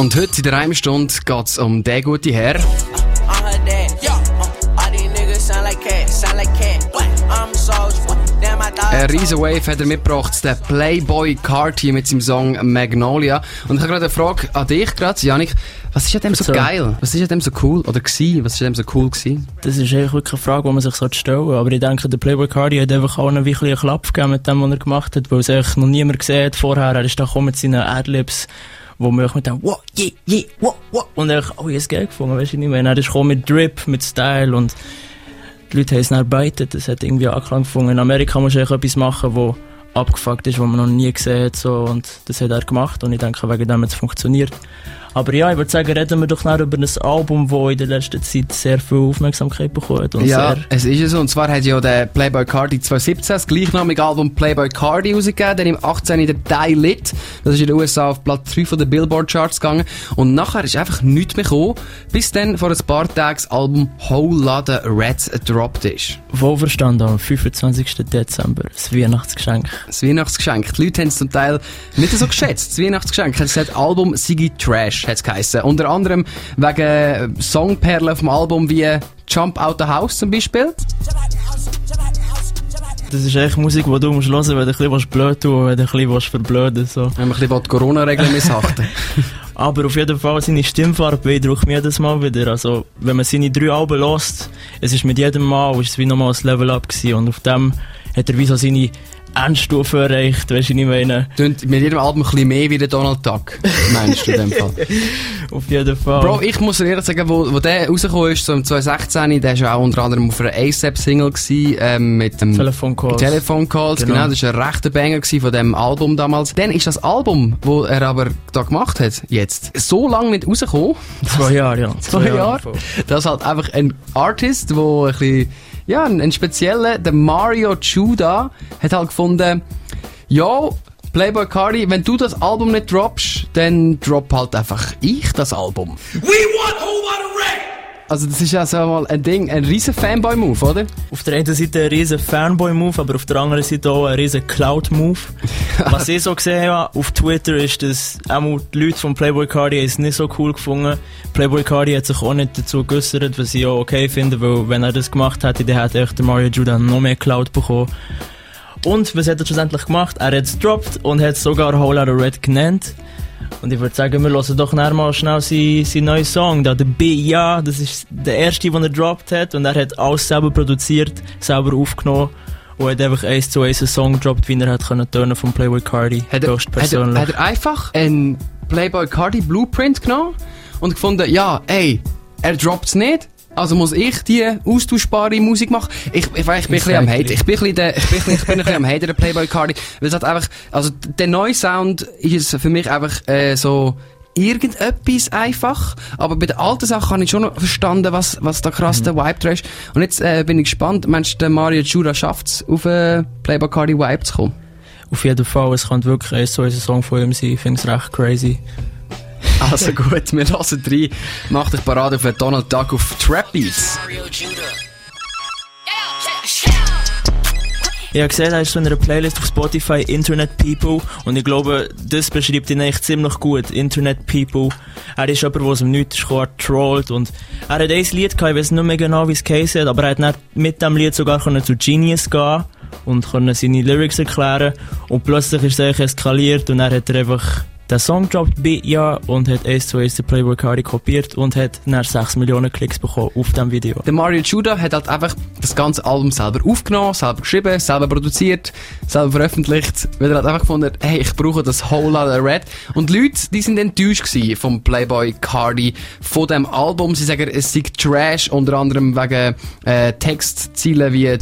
Und heute in der Heimstunde geht es um den guten Herr. Ein riesen Wave hat er mitgebracht, der Playboi Carti mit seinem Song Magnolia. Und ich habe gerade eine Frage an dich, Janik. Was ist an dem so geil? Was ist an dem so cool? Oder gewesen? Was ist an dem so cool gewesen? Das ist eigentlich wirklich eine Frage, die man sich stellen sollte. Aber ich denke, der Playboi Carti hat einfach auch einen Klapp gegeben mit dem, was er gemacht hat, weil es eigentlich noch niemand gesehen hat vorher. Er ist da gekommen mit seinen Adlibs, wo man mit dem wow, yeah, yeah, wow, wow. Und ich habe es geil gefunden, weißt du nicht mehr. Er ist gekommen mit Drip, mit Style und die Leute haben es arbeitet. Das hat irgendwie Anklang gefunden. In Amerika muss ich etwas machen, wo abgefuckt ist, was man noch nie gesehen hat. So. Und das hat er gemacht und ich denke, wegen dem hat es funktioniert. Aber ja, ich würde sagen, reden wir doch noch über ein Album, das in der letzten Zeit sehr viel Aufmerksamkeit bekommen hat. Und ja, es ist so. Und zwar hat ja der Playboi Carti 2017 das gleichnamige Album Playboi Carti rausgegeben, dann im 18. der Die Lit. Das ist in den USA auf Platz 3 von den Billboard-Charts gegangen. Und nachher ist einfach nichts mehr gekommen, bis dann vor ein paar Tagen das Album Whole Lotta Red gedroppt ist. Wohlverstanden am 25. Dezember. Das Weihnachtsgeschenk. Das Weihnachtsgeschenk. Die Leute haben es zum Teil nicht so geschätzt. Das Weihnachtsgeschenk. Das Album sei Trash, hat es geheissen. Unter anderem wegen Songperlen auf dem Album wie Jump Out the House zum Beispiel. Das ist echt Musik, die du musst hören, wenn du ein bisschen blöd tust, wenn du ein bisschen verblöden willst. So. Wenn man ein bisschen die Corona-Regeln missachten. Aber auf jeden Fall, seine Stimmfarbe beeindruckt mich jedes Mal wieder. Also, wenn man seine 3 Alben hört, es ist mit jedem Mal, ist es wie nochmal ein Level up gewesen. Und auf dem hat er wie so seine Endstufe erreicht, weißt du, ich meine. Mit jedem Album ein bisschen mehr wie der Donald Duck, meinst du in dem Fall? Auf jeden Fall. Bro, ich muss dir ehrlich sagen, wo der rausgekommen ist, so im 2016, der war ja auch unter anderem auf einer ASAP-Single gewesen, mit dem Telephone Calls, genau, das war ein rechter Banger gewesen von dem Album damals. Dann ist das Album, das er aber da gemacht hat, jetzt, so lange nicht rausgekommen. 2 Jahre, ja. 2 Jahre. Das ist halt einfach ein Artist, der ein bisschen, ja, ein spezieller, der Mario Judah, hat halt gefunden, ja, Playboi Carti, wenn du das Album nicht droppst, dann drop halt einfach ich das Album. We want Whole Lotta Red! Also das ist ja so mal ein Ding, ein riesen Fanboy-Move, oder? Auf der einen Seite ein riesen Fanboy-Move, aber auf der anderen Seite auch ein riesen Cloud-Move. Was ich so gesehen habe auf Twitter ist, dass auch die Leute von Playboi Carti es nicht so cool gefunden. Playboi Carti hat sich auch nicht dazu geäussert, was ich auch okay finde, weil wenn er das gemacht hätte, dann hätte echt der Mario Judah noch mehr Cloud bekommen. Und was hat er schlussendlich gemacht? Er hat es gedroppt und hat es sogar Whole Lotta Red genannt. Und ich würde sagen, wir hören doch mal schnell seinen neuen Song, der B.I.A. Das ist der erste, den er gedroppt hat. Und er hat alles selber produziert, selber aufgenommen. Und hat einfach 1:1 einen Song gedroppt, wie er hat tönen von Playboi Carti. Hat er einfach einen Playboi Carti Blueprint genommen und gefunden, ja, ey, er droppt es nicht. Also muss ich die austauschbare Musik machen? Ich bin ein bisschen am Haten. Ich bin ein bisschen am Haten, der Playboi Carti. Weil es hat einfach, also der neue Sound ist für mich einfach, so, irgendetwas einfach. Aber bei der alten Sache habe ich schon noch verstanden, was da krass der Vibe drin ist. Und jetzt, bin ich gespannt, meinst du, der Mario Judah schafft es, auf Playboi Carti Vibe zu kommen? Auf jeden Fall, es könnte wirklich so ein Song von ihm sein. Ich finde es recht crazy. Also gut, wir hören 3. Mach dich parat auf Donald Duck auf Trapbeats. Ich habe gesehen, er ist so in einer Playlist auf Spotify, Internet People. Und ich glaube, das beschreibt ihn eigentlich ziemlich gut. Internet People. Er ist jemand, der aus dem Nichts trollt. Und er hat ein Lied gehabt, ich weiß nicht mehr genau, wie es geheißen hat, aber er hat mit dem Lied sogar zu Genius gehen und seine Lyrics erklären. Und plötzlich ist es eigentlich eskaliert und er hat einfach den Song droppt B.I.A. und hat 1:1 den Playboi Carti kopiert und hat nach 6 Millionen Klicks bekommen auf diesem Video. Der Mario Judah hat halt einfach das ganze Album selber aufgenommen, selber geschrieben, selber produziert, selber veröffentlicht, weil er hat einfach gefunden, hey, ich brauche das Whole Lotta Red. Und die Leute, die sind enttäuscht gewesen vom Playboi Carti, von dem Album. Sie sagen, es sei Trash, unter anderem wegen Textzielen wie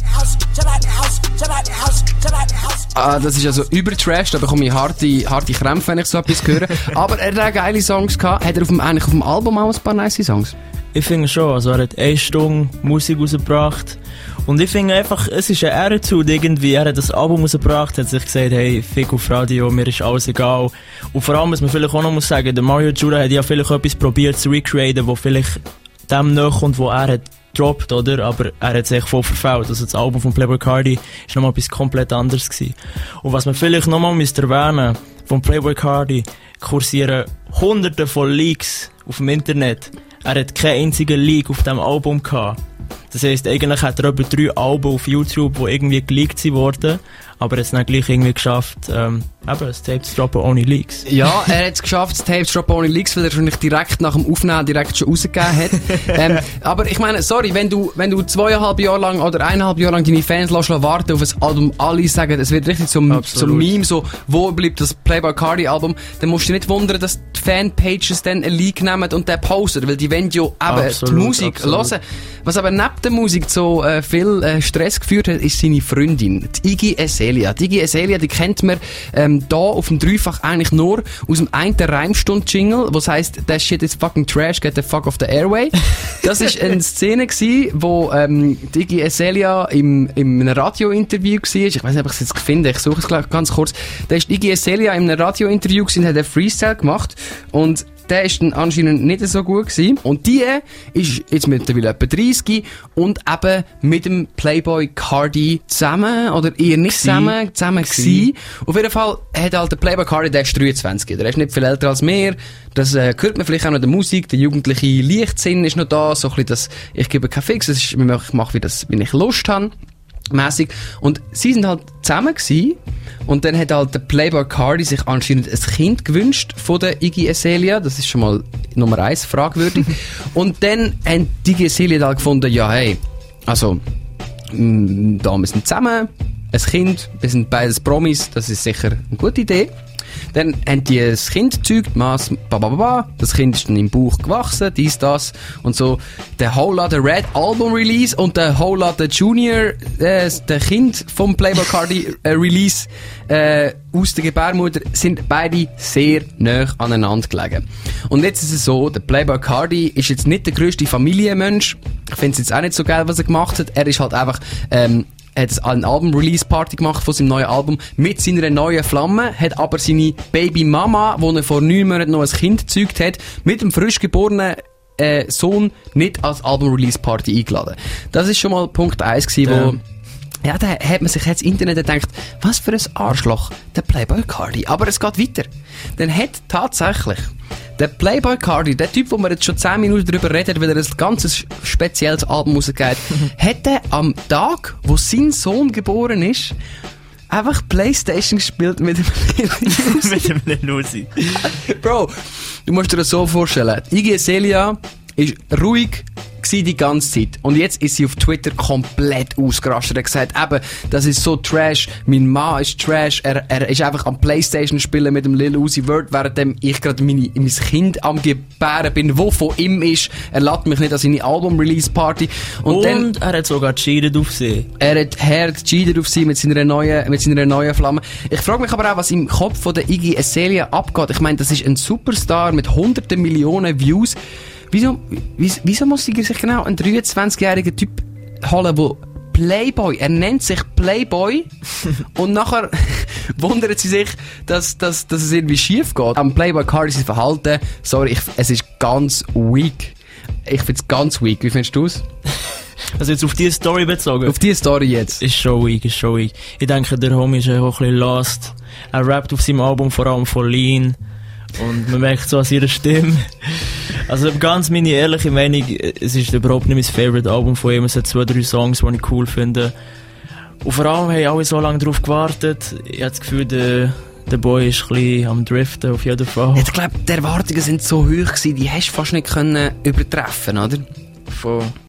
das ist also übertrash, da bekomme ich harte Krämpfe, wenn ich so etwas höre. Aber er hat geile Songs gehabt. Hat er eigentlich auf dem Album auch ein paar nice Songs? Ich finde schon, also er hat 1 Stunde Musik rausgebracht. Und ich finde einfach, es ist eine Ehre irgendwie. Er hat das Album rausgebracht, hat sich gesagt, hey, fick auf Radio, mir ist alles egal. Und vor allem, was man vielleicht auch noch sagen muss, der Mario Judah hat ja vielleicht etwas probiert zu recreaten, wo vielleicht dem nachkommt, wo er hat droppt, oder? Aber er hat sich voll verfehlt. Also das Album von Playboi Carti ist nochmal etwas komplett anderes gewesen. Und was man vielleicht nochmal erwähnen von Playboi Carti kursieren hunderte von Leaks auf dem Internet. Er hat keinen einzigen Leak auf diesem Album gehabt. Das heisst, eigentlich hat er etwa 3 Alben auf YouTube, die irgendwie geleakt wurden, aber er hat es dann gleich irgendwie geschafft, das Tape zu droppen ohne Leaks. Ja, er hat es geschafft, das Tape zu droppen ohne Leaks, weil er wahrscheinlich direkt nach dem Aufnehmen direkt schon rausgegeben hat. Aber ich meine, sorry, wenn du 2,5 Jahre lang oder 1,5 Jahre lang deine Fans warten auf ein Album, alle sagen, es wird richtig zum Meme, so, wo bleibt das Playboi Carti Album, dann musst du dich nicht wundern, dass die Fanpages dann einen Leak nehmen und den posten, weil die wollen ja eben die Musik hören. Was aber neben der Musik so viel Stress geführt hat, ist seine Freundin, die Iggy Azalea. Die Iggy Azalea, die kennt man da auf dem Dreifach eigentlich nur aus dem einen Reimstund-Jingle, was heisst, that shit is fucking trash, get the fuck off the airway. Das ist eine Szene gewesen, wo die Iggy Azalea in einem Radio-Interview war. Ich weiß nicht, ob ich es jetzt finde, ich suche es ganz kurz. Da ist die Iggy Azalea in einem Radio-Interview und hat einen Freestyle gemacht und der ist dann anscheinend nicht so gut gewesen. Und die ist jetzt mittlerweile etwa 30 und eben mit dem Playboi Carti zusammen, oder eher nicht zusammen gewesen. Auf jeden Fall hat halt der Playboi Carti, der ist 23. Der ist nicht viel älter als mir. Das hört man vielleicht auch noch in der Musik. Der jugendliche Leichtsinn ist noch da. So ein bisschen das, ich gebe keinen Fix, ich mache, wie ich Lust habe. Mäßig. Und sie sind halt zusammen gewesen. Und dann hat halt der Playboi Carti sich anscheinend ein Kind gewünscht von der Iggy Azalea. Das ist schon mal Nummer 1 fragwürdig. Und dann haben die Iggy Azalea halt gefunden, ja hey, also, da wir sind zusammen, ein Kind, wir sind beides Promis, das ist sicher eine gute Idee. Dann haben die ein Kind gezeugt, das Kind ist dann im Bauch gewachsen, dies, das und so. Der Whole Lotta Red Album Release und der Whole Lotta Junior, der Kind vom Playboi Carti Release aus der Gebärmutter, sind beide sehr nah aneinander gelegen. Und jetzt ist es so, der Playboi Carti ist jetzt nicht der grösste Familienmensch. Ich finde es jetzt auch nicht so geil, was er gemacht hat. Er ist halt einfach, hat eine Album-Release-Party gemacht von seinem neuen Album mit seiner neuen Flamme, hat aber seine Baby-Mama, die er vor 9 Monaten noch ein Kind gezeugt hat, mit dem frisch geborenen Sohn nicht als Album-Release-Party eingeladen. Das ist schon mal Punkt 1 gewesen, wo ja, da hat man sich jetzt im Internet gedacht, was für ein Arschloch, der Playboi Carti. Aber es geht weiter. Dann hat tatsächlich der Playboi Carti, der Typ, wo wir jetzt schon 10 Minuten darüber reden, weil er ein ganz spezielles Album rausgeht, hat er am Tag, wo sein Sohn geboren ist, einfach Playstation gespielt mit dem Lil Uzi. Bro, du musst dir das so vorstellen. Iggy Azalea ist ruhig die ganze Zeit. Und jetzt ist sie auf Twitter komplett ausgerastet. Er hat gesagt, eben, das ist so trash, mein Mann ist trash, er ist einfach am Playstation spielen mit dem Lil Uzi Vert, während ich gerade mein Kind am Gebären bin, wo von ihm ist. Er lädt mich nicht an seine Album-Release-Party. Und dann, er hat sogar cheated auf sie. Er hat hart cheated auf sie mit seiner neuen Flamme. Ich frage mich aber auch, was im Kopf von der Iggy Azalea abgeht. Ich meine, das ist ein Superstar mit hunderten Millionen Views. Wieso muss sie sich genau einen 23-jährigen Typ holen, der Playboy, er nennt sich Playboy und nachher wundert sie sich, dass es irgendwie schief geht. Am Playboi Carti sein Verhalten, sorry, es ist ganz weak. Ich find's ganz weak. Wie findest du es? Also jetzt auf diese Story bezogen? Auf diese Story jetzt. Ist schon weak. Ich denke, der Homie ist auch ein bisschen lost. Er rappt auf seinem Album vor allem von Lean. Und man merkt so an ihrer Stimme. Also ganz meine ehrliche Meinung, es ist überhaupt nicht mein Favorite Album von ihm. Es hat 2-3 Songs, die ich cool finde. Und vor allem haben alle so lange darauf gewartet. Ich habe das Gefühl, der Boy ist ein bisschen am Driften, auf jeden Fall. Ich glaube, die Erwartungen sind so hoch gewesen, die hast du fast nicht können übertreffen, oder? Voll.